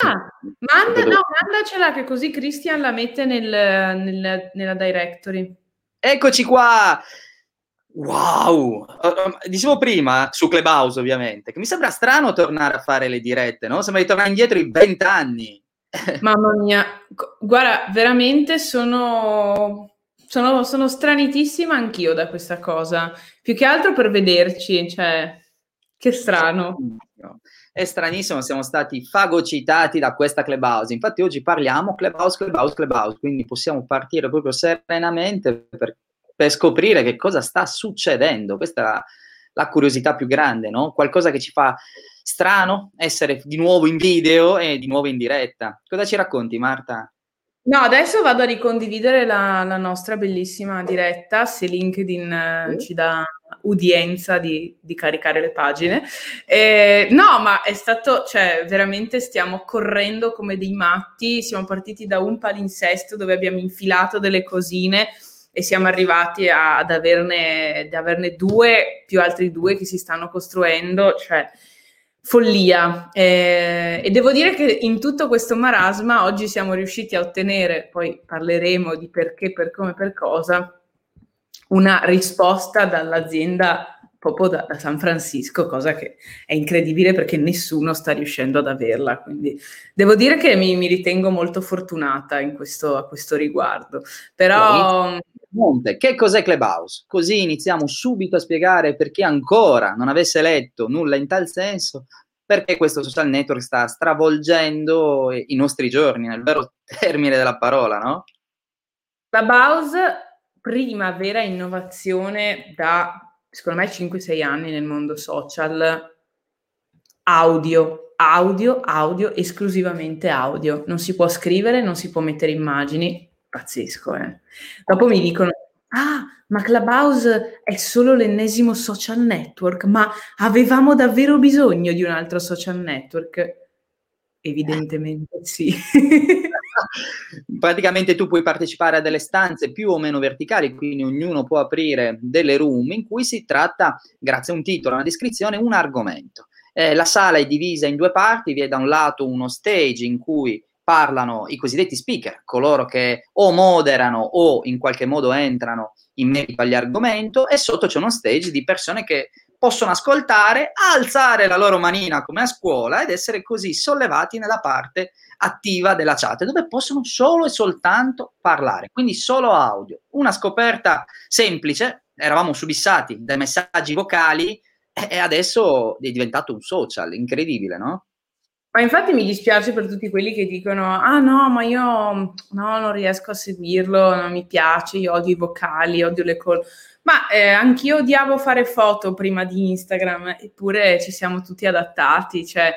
mandacela che così Christian la mette nella directory. Eccoci qua! Wow! Dicevo prima, su Clubhouse ovviamente, che mi sembra strano tornare a fare le dirette, no? Sembra di tornare indietro in 20 anni. Mamma mia, guarda, veramente sono stranitissima anch'io da questa cosa. Più che altro per vederci, cioè, che strano. È stranissimo, siamo stati fagocitati da questa Clubhouse. Infatti oggi parliamo Clubhouse, quindi possiamo partire proprio serenamente per scoprire che cosa sta succedendo. Questa è la curiosità più grande, no? Qualcosa che ci fa strano essere di nuovo in video e di nuovo in diretta. Cosa ci racconti, Marta? No, adesso vado a ricondividere la nostra bellissima diretta, se LinkedIn ci dà udienza di caricare le pagine. No, ma è stato, cioè, veramente stiamo correndo come dei matti, siamo partiti da un palinsesto dove abbiamo infilato delle cosine e siamo arrivati ad averne due, più altri due che si stanno costruendo, cioè follia. E devo dire che in tutto questo marasma oggi siamo riusciti a ottenere, poi parleremo di perché, per come, per cosa, una risposta dall'azienda proprio da San Francisco, cosa che è incredibile perché nessuno sta riuscendo ad averla, quindi devo dire che mi ritengo molto fortunata a questo riguardo. Però che cos'è Clubhouse? Così iniziamo subito a spiegare per chi ancora non avesse letto nulla in tal senso, perché questo social network sta stravolgendo i nostri giorni, nel vero termine della parola, no? Clubhouse, prima vera innovazione da, secondo me, 5-6 anni nel mondo social, audio, esclusivamente audio. Non si può scrivere, non si può mettere immagini. Pazzesco, eh. Dopo mi dicono, ma Clubhouse è solo l'ennesimo social network, ma avevamo davvero bisogno di un altro social network? Evidentemente sì. Praticamente tu puoi partecipare a delle stanze più o meno verticali, quindi ognuno può aprire delle room in cui si tratta, grazie a un titolo, una descrizione, un argomento. La sala è divisa in due parti, vi è da un lato uno stage in cui parlano i cosiddetti speaker, coloro che o moderano o in qualche modo entrano in merito agli argomenti, e sotto c'è uno stage di persone che possono ascoltare, alzare la loro manina come a scuola ed essere così sollevati nella parte attiva della chat, dove possono solo e soltanto parlare, quindi solo audio. Una scoperta semplice, eravamo subissati dai messaggi vocali e adesso è diventato un social, incredibile, no? Ma infatti mi dispiace per tutti quelli che dicono no, ma io no, non riesco a seguirlo, non mi piace, io odio i vocali, odio le call. Ma anch'io odiavo fare foto prima di Instagram, eppure ci siamo tutti adattati, cioè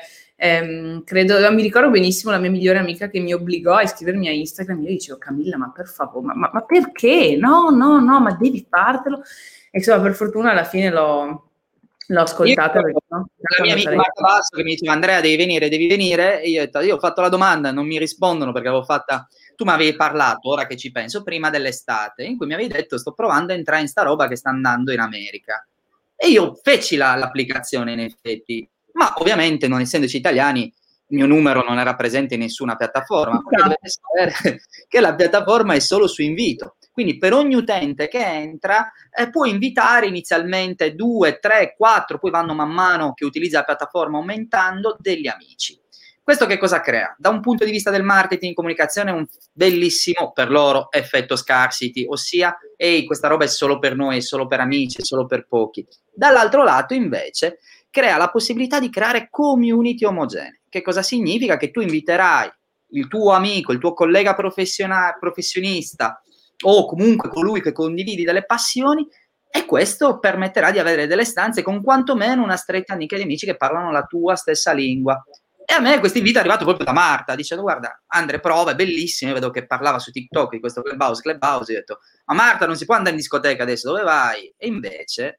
credo, mi ricordo benissimo la mia migliore amica che mi obbligò a iscrivermi a Instagram. Io dicevo, Camilla, ma per favore, ma perché? No, ma devi fartelo. E insomma, per fortuna alla fine l'ho ascoltata. La mia amica Marta Basso che mi diceva, Andrea, devi venire, e io ho fatto la domanda, non mi rispondono perché avevo fatta, tu mi avevi parlato, ora che ci penso, prima dell'estate, in cui mi avevi detto sto provando a entrare in sta roba che sta andando in America, e io feci l'applicazione in effetti, ma ovviamente non essendoci italiani il mio numero non era presente in nessuna piattaforma, perché dovete sapere che la piattaforma è solo su invito. Quindi per ogni utente che entra può invitare inizialmente 2, 3, 4, poi vanno man mano che utilizza la piattaforma aumentando degli amici. Questo che cosa crea? Da un punto di vista del marketing, comunicazione, un bellissimo per loro effetto scarcity, ossia, ehi, questa roba è solo per noi, è solo per amici, è solo per pochi. Dall'altro lato, invece, crea la possibilità di creare community omogenee. Che cosa significa? Che tu inviterai il tuo amico, il tuo collega professionista, o comunque colui che condividi delle passioni, e questo permetterà di avere delle stanze con quantomeno una stretta nicchia di amici che parlano la tua stessa lingua. E a me questo invito è arrivato proprio da Marta, dicendo, guarda, Andre, prova, è bellissimo, io vedo che parlava su TikTok di questo Clubhouse, io ho detto, ma Marta, non si può andare in discoteca adesso, dove vai? E invece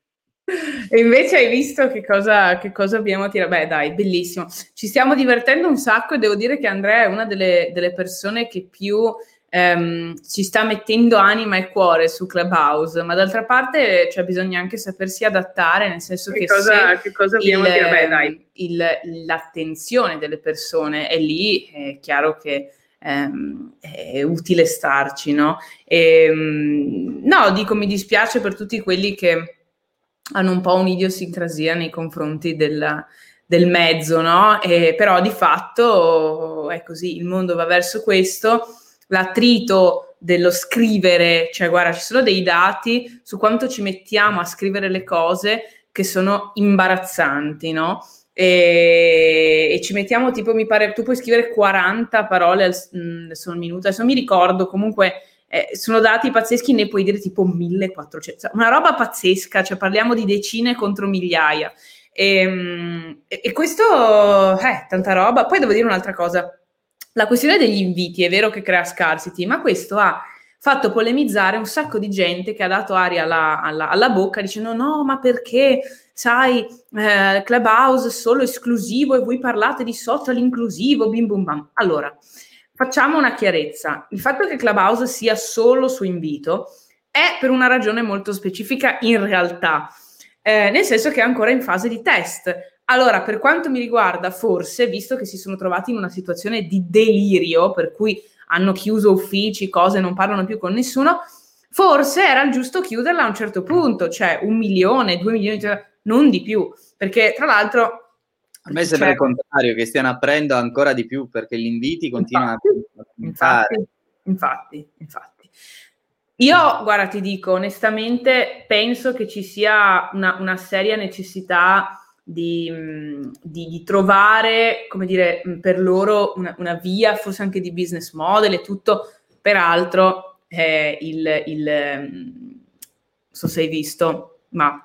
hai visto che cosa abbiamo tirato? Beh, dai, bellissimo. Ci stiamo divertendo un sacco e devo dire che Andrea è una delle persone che più ci sta mettendo anima e cuore su Clubhouse, ma d'altra parte bisogna anche sapersi adattare, nel senso che cosa abbiamo a dire? Beh, dai. L'attenzione delle persone è lì, è chiaro che è utile starci, no? No, dico, mi dispiace per tutti quelli che hanno un po' un'idiosincrasia nei confronti del mezzo, no? Però di fatto è così, il mondo va verso questo, l'attrito dello scrivere, cioè guarda, ci sono dei dati su quanto ci mettiamo a scrivere le cose che sono imbarazzanti, no? E ci mettiamo tipo, mi pare, tu puoi scrivere 40 parole adesso un minuto, adesso non mi ricordo, comunque sono dati pazzeschi, ne puoi dire tipo 1400, una roba pazzesca, cioè parliamo di decine contro migliaia. E questo è tanta roba. Poi devo dire un'altra cosa, la questione degli inviti è vero che crea scarcity, ma questo ha fatto polemizzare un sacco di gente che ha dato aria alla bocca dicendo no, ma perché, sai, Clubhouse è solo esclusivo e voi parlate di social inclusivo, bim bum bam. Allora, facciamo una chiarezza. Il fatto che Clubhouse sia solo su invito è per una ragione molto specifica in realtà, nel senso che è ancora in fase di test. Allora, per quanto mi riguarda, forse, visto che si sono trovati in una situazione di delirio, per cui hanno chiuso uffici, cose, non parlano più con nessuno, forse era il giusto chiuderla a un certo punto, cioè 1 milione, 2 milioni, non di più, perché tra l'altro... A me sembra il contrario, che stiano aprendo ancora di più, perché gli inviti continuano a aumentare. Infatti. Io, guarda, ti dico, onestamente, penso che ci sia una seria necessità di trovare, come dire, per loro una via, forse anche di business model e tutto. Peraltro, non so se hai visto, ma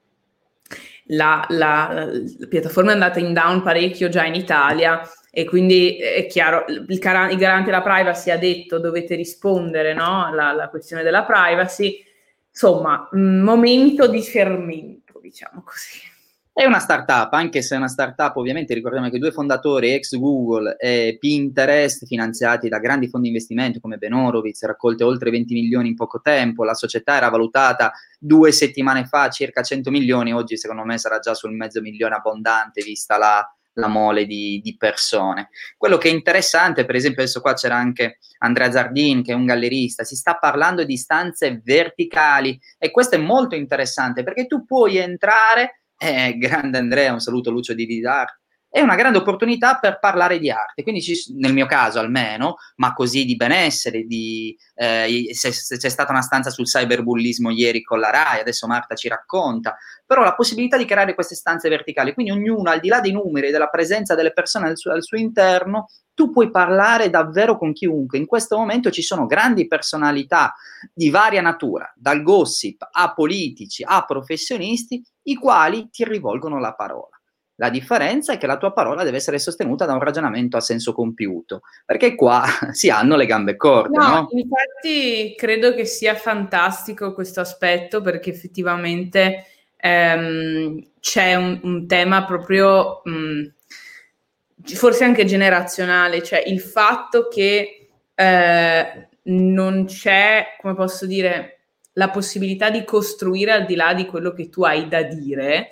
la piattaforma è andata in down parecchio già in Italia, e quindi è chiaro, il garante della privacy ha detto dovete rispondere, no, alla questione della privacy. Insomma, momento di fermento, diciamo così. È una startup, anche se è una startup, ovviamente ricordiamo che 2 fondatori, ex Google e Pinterest, finanziati da grandi fondi di investimento come Ben Horowitz, raccolte oltre 20 milioni in poco tempo. La società era valutata 2 settimane fa circa 100 milioni, oggi secondo me sarà già sul mezzo milione abbondante, vista la mole di persone. Quello che è interessante, per esempio adesso qua c'era anche Andrea Zardin, che è un gallerista, si sta parlando di stanze verticali, e questo è molto interessante perché tu puoi entrare, grande Andrea, un saluto Lucio di Vidar, è una grande opportunità per parlare di arte, quindi nel mio caso almeno, ma così di benessere, se c'è stata una stanza sul cyberbullismo ieri con la Rai, adesso Marta ci racconta, però la possibilità di creare queste stanze verticali, quindi ognuno, al di là dei numeri e della presenza delle persone al suo interno, tu puoi parlare davvero con chiunque. In questo momento ci sono grandi personalità di varia natura, dal gossip a politici a professionisti, i quali ti rivolgono la parola. La differenza è che la tua parola deve essere sostenuta da un ragionamento a senso compiuto, perché qua si hanno le gambe corte, no? Infatti credo che sia fantastico questo aspetto, perché effettivamente c'è un tema proprio, forse anche generazionale, cioè il fatto che non c'è, come posso dire, la possibilità di costruire al di là di quello che tu hai da dire.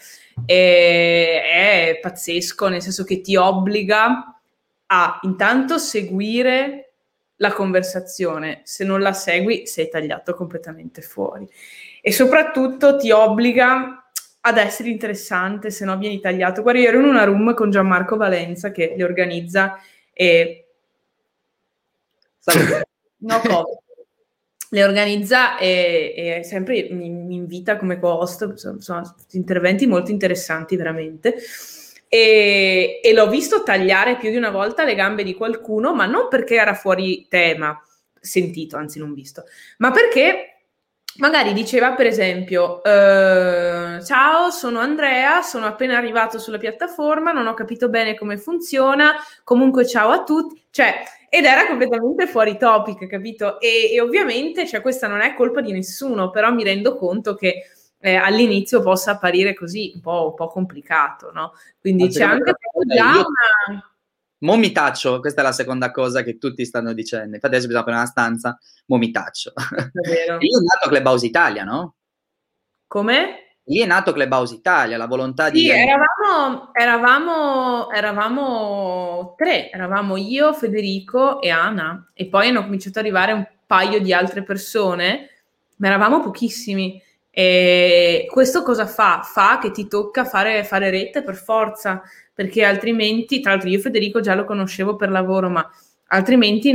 È pazzesco, nel senso che ti obbliga a intanto seguire la conversazione, se non la segui sei tagliato completamente fuori, e soprattutto ti obbliga ad essere interessante, se no vieni tagliato. Guarda, io ero in una room con Gianmarco Valenza che le organizza le organizza e sempre mi invita come co-host, sono interventi molto interessanti veramente, e l'ho visto tagliare più di una volta le gambe di qualcuno, ma non perché era fuori tema, sentito, anzi non visto, ma perché magari diceva, per esempio, ciao, sono Andrea, sono appena arrivato sulla piattaforma, non ho capito bene come funziona, comunque ciao a tutti, cioè, ed era completamente fuori topic, capito? E ovviamente, cioè, questa non è colpa di nessuno, però mi rendo conto che all'inizio possa apparire così un po' complicato, no? Quindi c'è anche già una... Mo mi taccio, questa è la seconda cosa che tutti stanno dicendo. Infatti adesso bisogna prendere una stanza, mo mi taccio. Vero. Lì è nato Clubhouse Italia, no? Come? Lì è nato Clubhouse Italia, la volontà Sì, di... eravamo tre, eravamo io, Federico e Ana, e poi hanno cominciato ad arrivare un paio di altre persone, ma eravamo pochissimi. E questo cosa fa? Fa che ti tocca fare rete per forza, perché altrimenti, tra l'altro io Federico già lo conoscevo per lavoro, ma altrimenti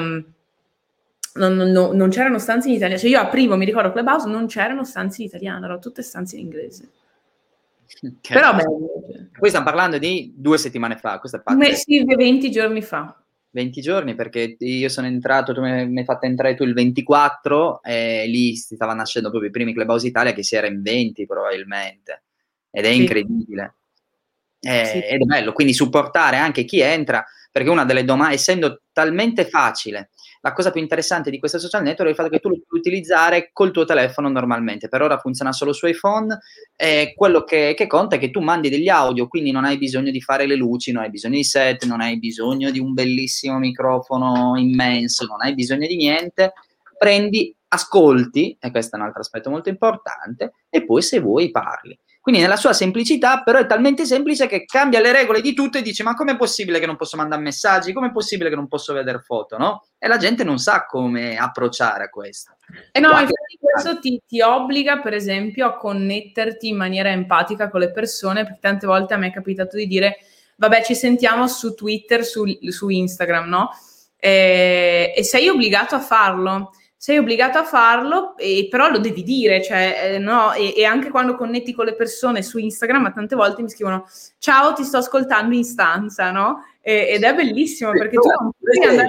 non c'erano stanze in italiano. Cioè io aprivo, mi ricordo Clubhouse, non c'erano stanze in italiano, erano tutte stanze in inglese. Okay. Però bello. Poi stiamo parlando di 2 settimane fa, questo è pazzesco. Sì, 20 giorni fa. 20 giorni, perché io sono entrato, tu mi hai fatto entrare tu il 24, e lì si stava nascendo proprio i primi Clubhouse Italia, che si era in 20 probabilmente, ed è incredibile. Sì. Ed è bello, quindi supportare anche chi entra, perché una delle domande, essendo talmente facile, la cosa più interessante di questo social network è il fatto che tu lo puoi utilizzare col tuo telefono normalmente. Per ora funziona solo su iPhone, quello che conta è che tu mandi degli audio, quindi non hai bisogno di fare le luci, non hai bisogno di set, non hai bisogno di un bellissimo microfono immenso, non hai bisogno di niente, prendi, ascolti, e questo è un altro aspetto molto importante, e poi se vuoi parli. Quindi nella sua semplicità, però è talmente semplice che cambia le regole di tutto e dice: ma com'è possibile che non posso mandare messaggi? Com'è possibile che non posso vedere foto, no? E la gente non sa come approcciare a questo. E no, infatti questo ti obbliga, per esempio, a connetterti in maniera empatica con le persone, perché tante volte a me è capitato di dire: vabbè, ci sentiamo su Twitter, su Instagram, no? E sei obbligato a farlo. Sei obbligato a farlo, però lo devi dire, cioè, no? E anche quando connetti con le persone su Instagram, tante volte mi scrivono: ciao, ti sto ascoltando in stanza, no? Ed è bellissimo, perché tu non puoi andare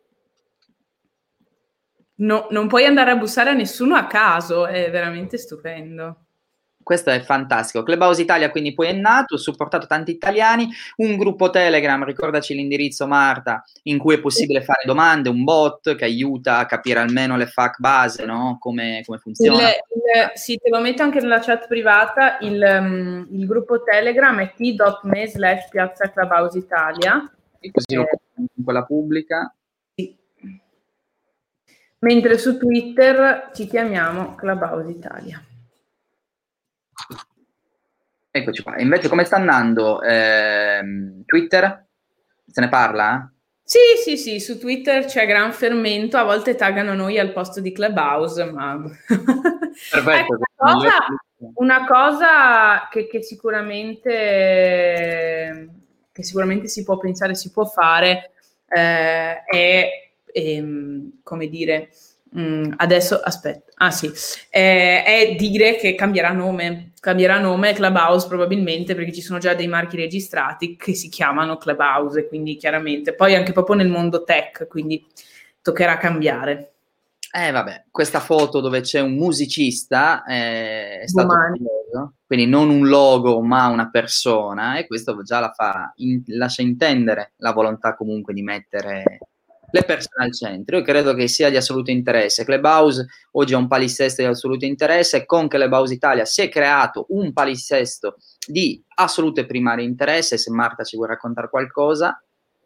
non puoi andare a bussare a nessuno a caso, è veramente stupendo. Questo è fantastico. Clubhouse Italia quindi poi è nato, ha supportato tanti italiani, un gruppo Telegram, ricordaci l'indirizzo Marta, in cui è possibile fare domande, un bot che aiuta a capire almeno le FAQ base, no? Come funziona. Sì, te lo metto anche nella chat privata, il gruppo Telegram è t.me/Piazza Clubhouse Italia. E così lo in quella pubblica. Sì. Mentre su Twitter ci chiamiamo Clubhouse Italia. Eccoci qua. Invece come sta andando Twitter? Se ne parla? Sì, su Twitter c'è gran fermento, a volte taggano noi al posto di Clubhouse, ma... Perfetto. Ecco, una cosa che sicuramente si può pensare, si può fare, è, come dire... adesso aspetta, è dire che cambierà nome Clubhouse probabilmente, perché ci sono già dei marchi registrati che si chiamano Clubhouse, quindi chiaramente poi anche proprio nel mondo tech, quindi toccherà cambiare. Vabbè, questa foto dove c'è un musicista è stato curioso, quindi non un logo ma una persona, e questo già lascia intendere la volontà comunque di mettere le persone al centro. Io credo che sia di assoluto interesse. Clubhouse oggi è un palinsesto di assoluto interesse, con Clubhouse Italia si è creato un palinsesto di assoluto e primario interesse. Se Marta ci vuoi raccontare qualcosa.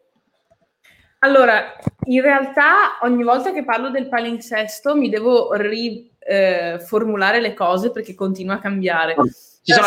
Allora, in realtà ogni volta che parlo del palinsesto mi devo riformulare le cose perché continua a cambiare. Siamo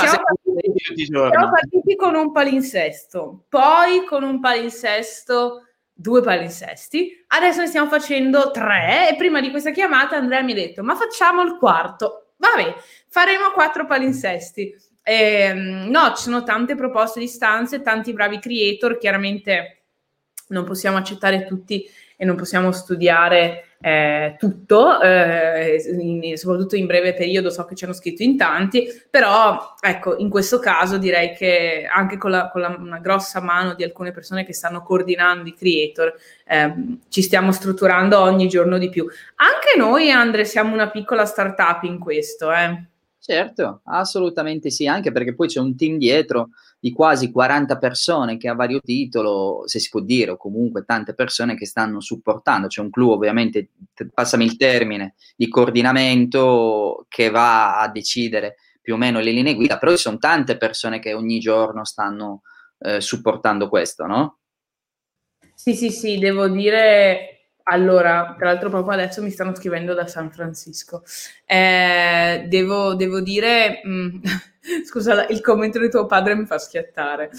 partiti con un palinsesto, poi con un palinsesto, 2 palinsesti, adesso ne stiamo facendo 3 e prima di questa chiamata Andrea mi ha detto: ma facciamo il quarto. Vabbè, faremo 4 palinsesti. No, ci sono tante proposte di stanze, tanti bravi creator, chiaramente non possiamo accettare tutti e non possiamo studiare tutto, soprattutto in breve periodo, so che ci hanno scritto in tanti, però ecco, in questo caso direi che anche con una grossa mano di alcune persone che stanno coordinando i creator, ci stiamo strutturando ogni giorno di più. Anche noi, Andre, siamo una piccola startup in questo, Certo, assolutamente sì, anche perché poi c'è un team dietro di quasi 40 persone che a vario titolo, se si può dire, o comunque tante persone che stanno supportando. C'è un clou, ovviamente, passami il termine, di coordinamento che va a decidere più o meno le linee guida, però ci sono tante persone che ogni giorno stanno supportando questo, no? Sì, devo dire, allora, tra l'altro proprio adesso mi stanno scrivendo da San Francisco. Devo dire, scusa, il commento di tuo padre mi fa schiattare.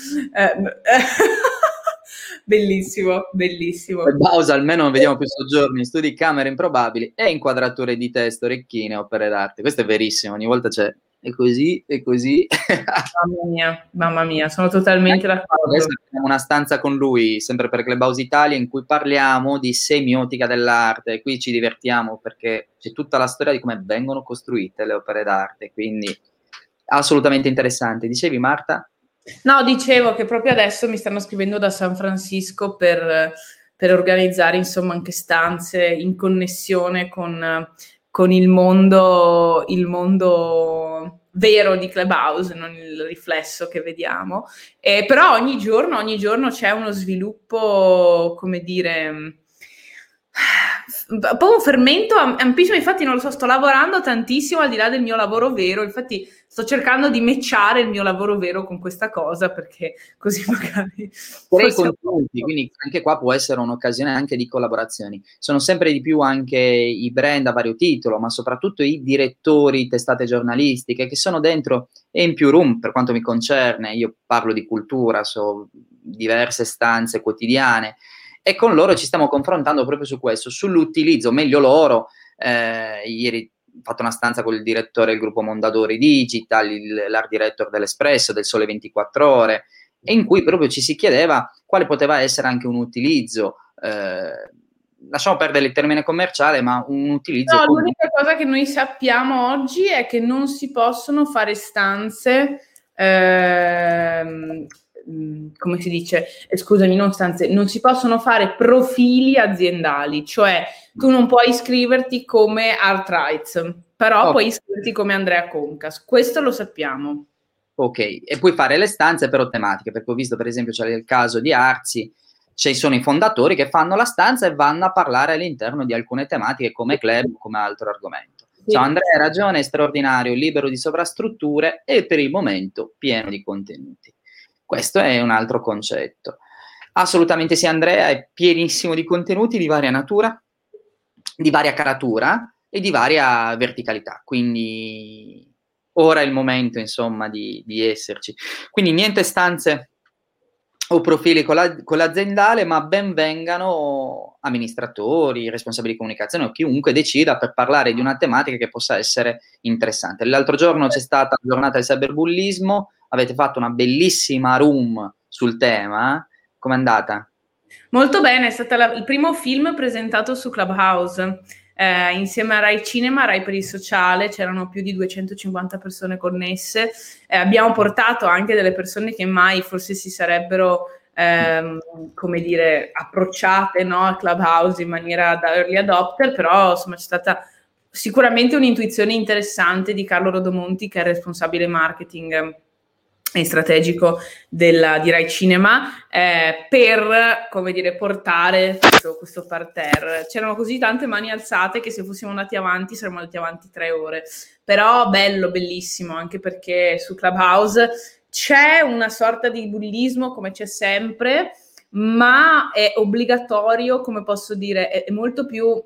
Bellissimo, bellissimo. Bausa, almeno non vediamo più soggiorni, studi, camere improbabili e inquadrature di testo, orecchine, opere d'arte. Questo è verissimo, ogni volta c'è è così, è così. Mamma mia, sono totalmente d'accordo. Adesso abbiamo una stanza con lui, sempre per Clubhouse Italia, in cui parliamo di semiotica dell'arte. Qui ci divertiamo perché c'è tutta la storia di come vengono costruite le opere d'arte, quindi assolutamente interessante. Dicevi, Marta? No, dicevo che proprio adesso mi stanno scrivendo da San Francisco per organizzare, insomma, anche stanze in connessione con il mondo vero di Clubhouse, non il riflesso che vediamo. Però ogni giorno c'è uno sviluppo, come dire, un po' un fermento ampissimo. Infatti non lo so, sto lavorando tantissimo al di là del mio lavoro vero, infatti sto cercando di matchare il mio lavoro vero con questa cosa, perché così magari contenuti, quindi anche qua può essere un'occasione anche di collaborazioni. Sono sempre di più anche i brand a vario titolo, ma soprattutto i direttori, testate giornalistiche che sono dentro e in più room per quanto mi concerne. Io parlo di cultura, so diverse stanze quotidiane e con loro ci stiamo confrontando proprio su questo, sull'utilizzo, meglio loro. Ieri ho fatto una stanza con il direttore del gruppo Mondadori Digital, l'art director dell'Espresso, del Sole 24 Ore, e in cui proprio ci si chiedeva quale poteva essere anche un utilizzo, lasciamo perdere il termine commerciale, ma un utilizzo... No, l'unica cosa che noi sappiamo oggi è che non si possono fare stanze... come si dice, scusami, non stanze, non si possono fare profili aziendali, cioè tu non puoi iscriverti come Art Rights, però puoi iscriverti come Andrea Concas, questo lo sappiamo. Ok, e puoi fare le stanze però tematiche, perché ho visto per esempio c'è il caso di Arzi, ci sono i fondatori che fanno la stanza e vanno a parlare all'interno di alcune tematiche come club o come altro argomento. Sì. Ciao Andrea, hai ragione, è straordinario, libero di sovrastrutture e per il momento pieno di contenuti. Questo è un altro concetto. Assolutamente sì, Andrea, è pienissimo di contenuti di varia natura, di varia caratura e di varia verticalità, quindi ora è il momento, insomma, di esserci. Quindi niente stanze o profili con l'aziendale, ma ben vengano amministratori, responsabili di comunicazione o chiunque decida per parlare di una tematica che possa essere interessante. L'altro giorno c'è stata la giornata del cyberbullismo, avete fatto una bellissima room sul tema. Com'è andata? Molto bene, è stato il primo film presentato su Clubhouse. Insieme a Rai Cinema, Rai per il sociale, c'erano più di 250 persone connesse. Abbiamo portato anche delle persone che mai forse si sarebbero, come dire, approcciate, no, a Clubhouse in maniera da early adopter, però insomma c'è stata sicuramente un'intuizione interessante di Carlo Rodomonti, che è il responsabile marketing e strategico di Rai Cinema, per, come dire, portare questo parterre. C'erano così tante mani alzate che se fossimo andati avanti saremmo andati avanti 3 ore, però bello, bellissimo, anche perché su Clubhouse c'è una sorta di bullismo come c'è sempre, ma è obbligatorio, come posso dire, è molto più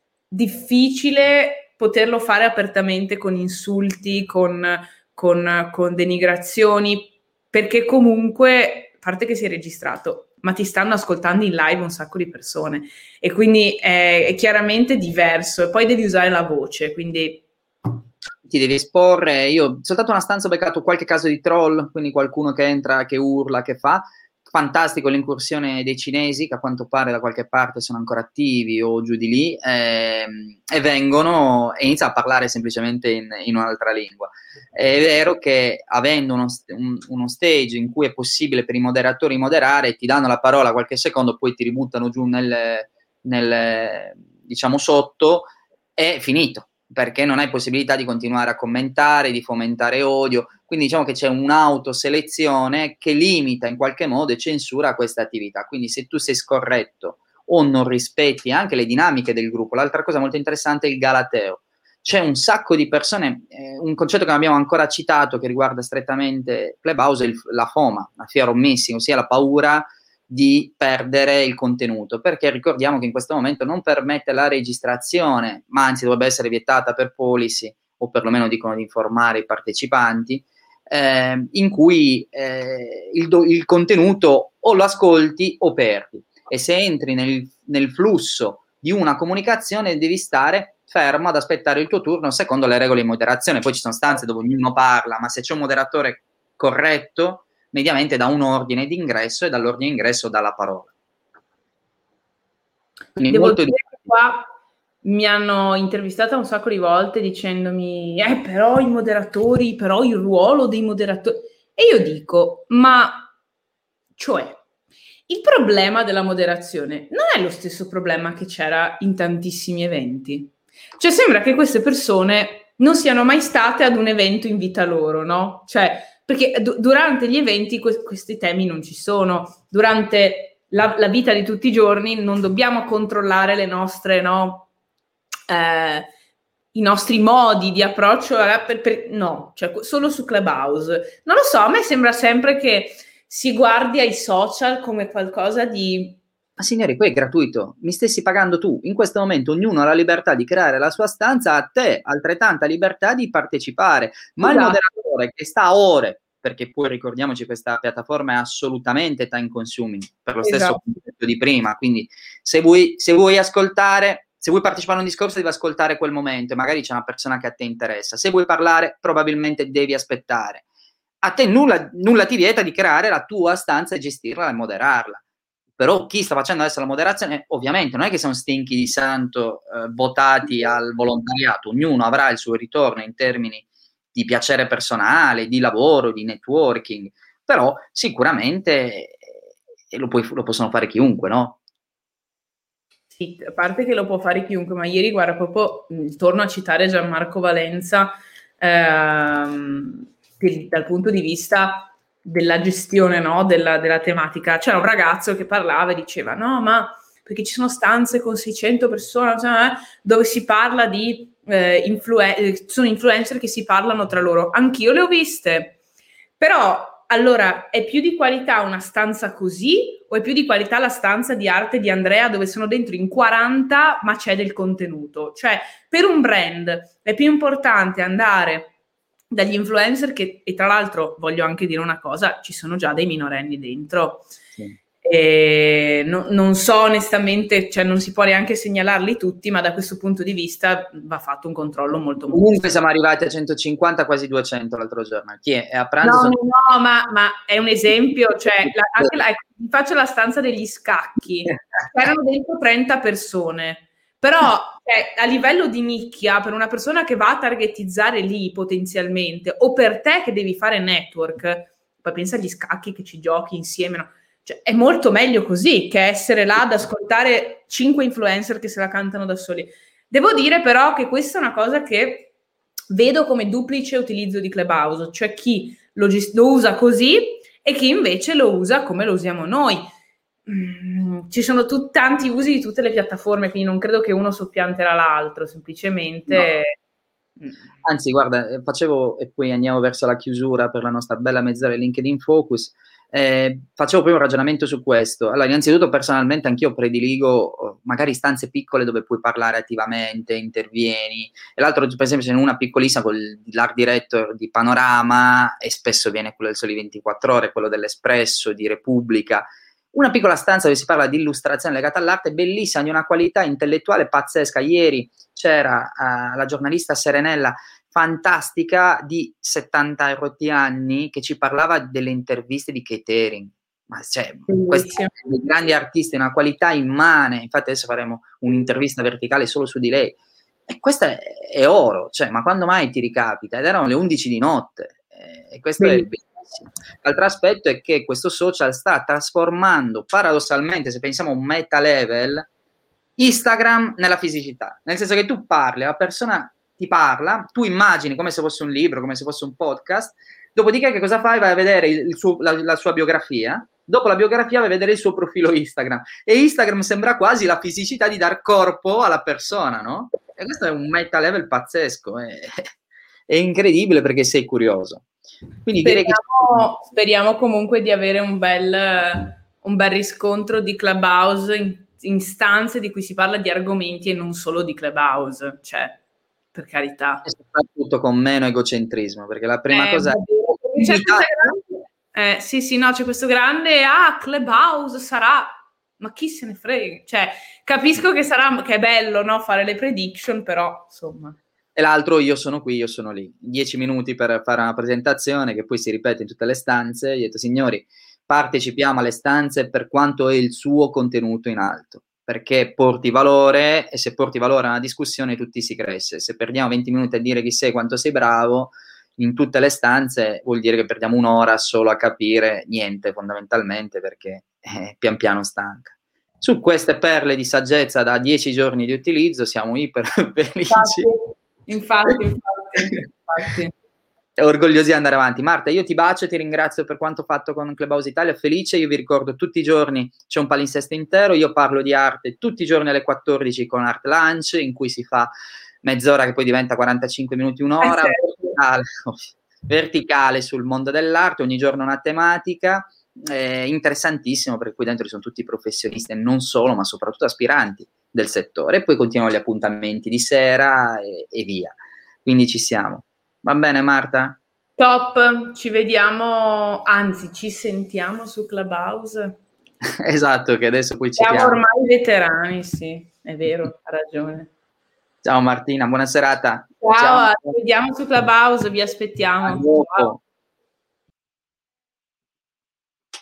difficile poterlo fare apertamente con insulti, con denigrazioni, perché comunque, a parte che sei registrato, ma ti stanno ascoltando in live un sacco di persone e quindi è chiaramente diverso e poi devi usare la voce, quindi ti devi esporre. Io soltanto una stanza ho beccato qualche caso di troll, quindi qualcuno che entra, che urla, che fa. Fantastico l'incursione dei cinesi, che a quanto pare da qualche parte sono ancora attivi o giù di lì, e vengono e iniziano a parlare semplicemente in un'altra lingua. È vero che avendo uno stage in cui è possibile per i moderatori moderare, ti danno la parola qualche secondo, poi ti ributtano giù nel diciamo sotto, è finito, perché non hai possibilità di continuare a commentare, di fomentare odio. Quindi diciamo che c'è un'autoselezione che limita in qualche modo e censura questa attività. Quindi se tu sei scorretto o non rispetti anche le dinamiche del gruppo, l'altra cosa molto interessante è il galateo. C'è un sacco di persone, un concetto che non abbiamo ancora citato che riguarda strettamente Clubhouse è la FOMA, la fear of missing, ossia la paura di perdere il contenuto, perché ricordiamo che in questo momento non permette la registrazione, ma anzi dovrebbe essere vietata per policy, o perlomeno dicono di informare i partecipanti, in cui il contenuto o lo ascolti o perdi, e se entri nel flusso di una comunicazione devi stare fermo ad aspettare il tuo turno secondo le regole di moderazione. Poi ci sono stanze dove ognuno parla, ma se c'è un moderatore corretto, mediamente dà un ordine di ingresso e dall'ordine di ingresso dà la parola. Quindi devo dire che qua mi hanno intervistata un sacco di volte dicendomi però i moderatori, però il ruolo dei moderatori, e io dico, ma cioè il problema della moderazione non è lo stesso problema che c'era in tantissimi eventi. Cioè sembra che queste persone non siano mai state ad un evento in vita loro, no? Cioè, perché durante gli eventi questi temi non ci sono. Durante la vita di tutti i giorni non dobbiamo controllare le nostre, no? I nostri modi di approccio, no, cioè solo su Clubhouse. Non lo so, a me sembra sempre che si guardi ai social come qualcosa di... Ma signori, poi è gratuito, mi stessi pagando tu. In questo momento ognuno ha la libertà di creare la sua stanza, a te altrettanta libertà di partecipare. Ma esatto. Il moderatore che sta a ore, perché poi ricordiamoci questa piattaforma è assolutamente time consuming, per lo stesso concetto di prima, quindi se vuoi ascoltare, se vuoi partecipare a un discorso devi ascoltare quel momento e magari c'è una persona che a te interessa. Se vuoi parlare probabilmente devi aspettare. A te nulla ti vieta di creare la tua stanza e gestirla e moderarla. Però chi sta facendo adesso la moderazione, ovviamente non è che sono stinchi di santo votati al volontariato, ognuno avrà il suo ritorno in termini di piacere personale, di lavoro, di networking, però sicuramente lo possono fare chiunque, no? Sì, a parte che lo può fare chiunque, ma ieri, guarda, proprio torno a citare Gianmarco Valenza, dal punto di vista della gestione, no, della tematica. C'era un ragazzo che parlava e diceva no, ma perché ci sono stanze con 600 persone, cioè, dove si parla di sono influencer che si parlano tra loro. Anch'io le ho viste, però allora è più di qualità una stanza così o è più di qualità la stanza di arte di Andrea dove sono dentro in 40 ma c'è del contenuto? Cioè, per un brand è più importante andare dagli influencer che, e tra l'altro voglio anche dire una cosa, ci sono già dei minorenni dentro. Sì. Non so onestamente, cioè non si può neanche segnalarli tutti, ma da questo punto di vista va fatto un controllo molto comunque siamo arrivati a 150, quasi 200 l'altro giorno. Chi è a pranzo? No, ma è un esempio, cioè vi faccio la stanza degli scacchi, erano dentro 30 persone, però a livello di nicchia, per una persona che va a targetizzare lì potenzialmente, o per te che devi fare network, poi pensa agli scacchi che ci giochi insieme, no? Cioè, è molto meglio così che essere là ad ascoltare 5 influencer che se la cantano da soli. Devo dire però che questa è una cosa che vedo come duplice utilizzo di Clubhouse, cioè chi lo usa così e chi invece lo usa come lo usiamo noi. Ci sono tanti usi di tutte le piattaforme, quindi non credo che uno soppianterà l'altro, semplicemente... No. Anzi, guarda, facevo, e poi andiamo verso la chiusura per la nostra bella mezz'ora di LinkedIn Focus, facevo poi un ragionamento su questo. Allora, innanzitutto personalmente anch'io prediligo magari stanze piccole dove puoi parlare attivamente, intervieni, e l'altro per esempio se in una piccolissima con l'art director di Panorama, e spesso viene quello del Sole 24 Ore, quello dell'Espresso, di Repubblica, una piccola stanza dove si parla di illustrazione legata all'arte, bellissima, di una qualità intellettuale pazzesca. Ieri c'era la giornalista Serenella, fantastica, di 70 rotti anni, che ci parlava delle interviste di Kate Haring. Ma cioè, questi grandi artisti, una qualità immane. Infatti adesso faremo un'intervista verticale solo su di lei. E questa è oro, cioè, ma quando mai ti ricapita? Ed erano le 11 di notte. E questo è bellissimo. L'altro aspetto è che questo social sta trasformando, paradossalmente, se pensiamo a un meta level, Instagram nella fisicità. Nel senso che tu parli, la persona ti parla, tu immagini come se fosse un libro, come se fosse un podcast, dopodiché che cosa fai? Vai a vedere la sua biografia, dopo la biografia vai a vedere il suo profilo Instagram, e Instagram sembra quasi la fisicità di dar corpo alla persona, no? E questo è un meta level pazzesco, è incredibile perché sei curioso. Quindi speriamo comunque di avere un un bel riscontro di Clubhouse in stanze di cui si parla di argomenti e non solo di Clubhouse, cioè, per carità. E soprattutto con meno egocentrismo, perché la prima cosa è... sì, no, c'è questo grande, Clubhouse sarà... Ma chi se ne frega? Cioè, capisco che è bello, no, fare le prediction, però, insomma... E l'altro, io sono qui, io sono lì. 10 minuti per fare una presentazione che poi si ripete in tutte le stanze. Io ho detto, signori, partecipiamo alle stanze per quanto è il suo contenuto in alto, perché porti valore, e se porti valore a una discussione tutti si cresce. Se perdiamo 20 minuti a dire chi sei, quanto sei bravo, in tutte le stanze vuol dire che perdiamo un'ora solo a capire niente, fondamentalmente, perché pian piano stanca. Su queste perle di saggezza da 10 giorni di utilizzo siamo iper felici. Infatti. È orgogliosi di andare avanti. Marta, io ti bacio e ti ringrazio per quanto fatto con Clubhouse Italia, felice. Io vi ricordo tutti i giorni c'è un palinsesto intero, io parlo di arte tutti i giorni alle 14 con Art Lunch, in cui si fa mezz'ora che poi diventa 45 minuti, un'ora, verticale sul mondo dell'arte, ogni giorno una tematica, interessantissimo, perché qui dentro ci sono tutti professionisti e non solo, ma soprattutto aspiranti del settore, e poi continuano gli appuntamenti di sera e via. Quindi ci siamo. Va bene, Marta? Top, ci vediamo, anzi ci sentiamo su Clubhouse. Esatto, che adesso poi ci siamo ormai veterani, sì, è vero, ha ragione. Ciao Martina, buona serata. Ciao, ci vediamo su Clubhouse, vi aspettiamo. Ciao.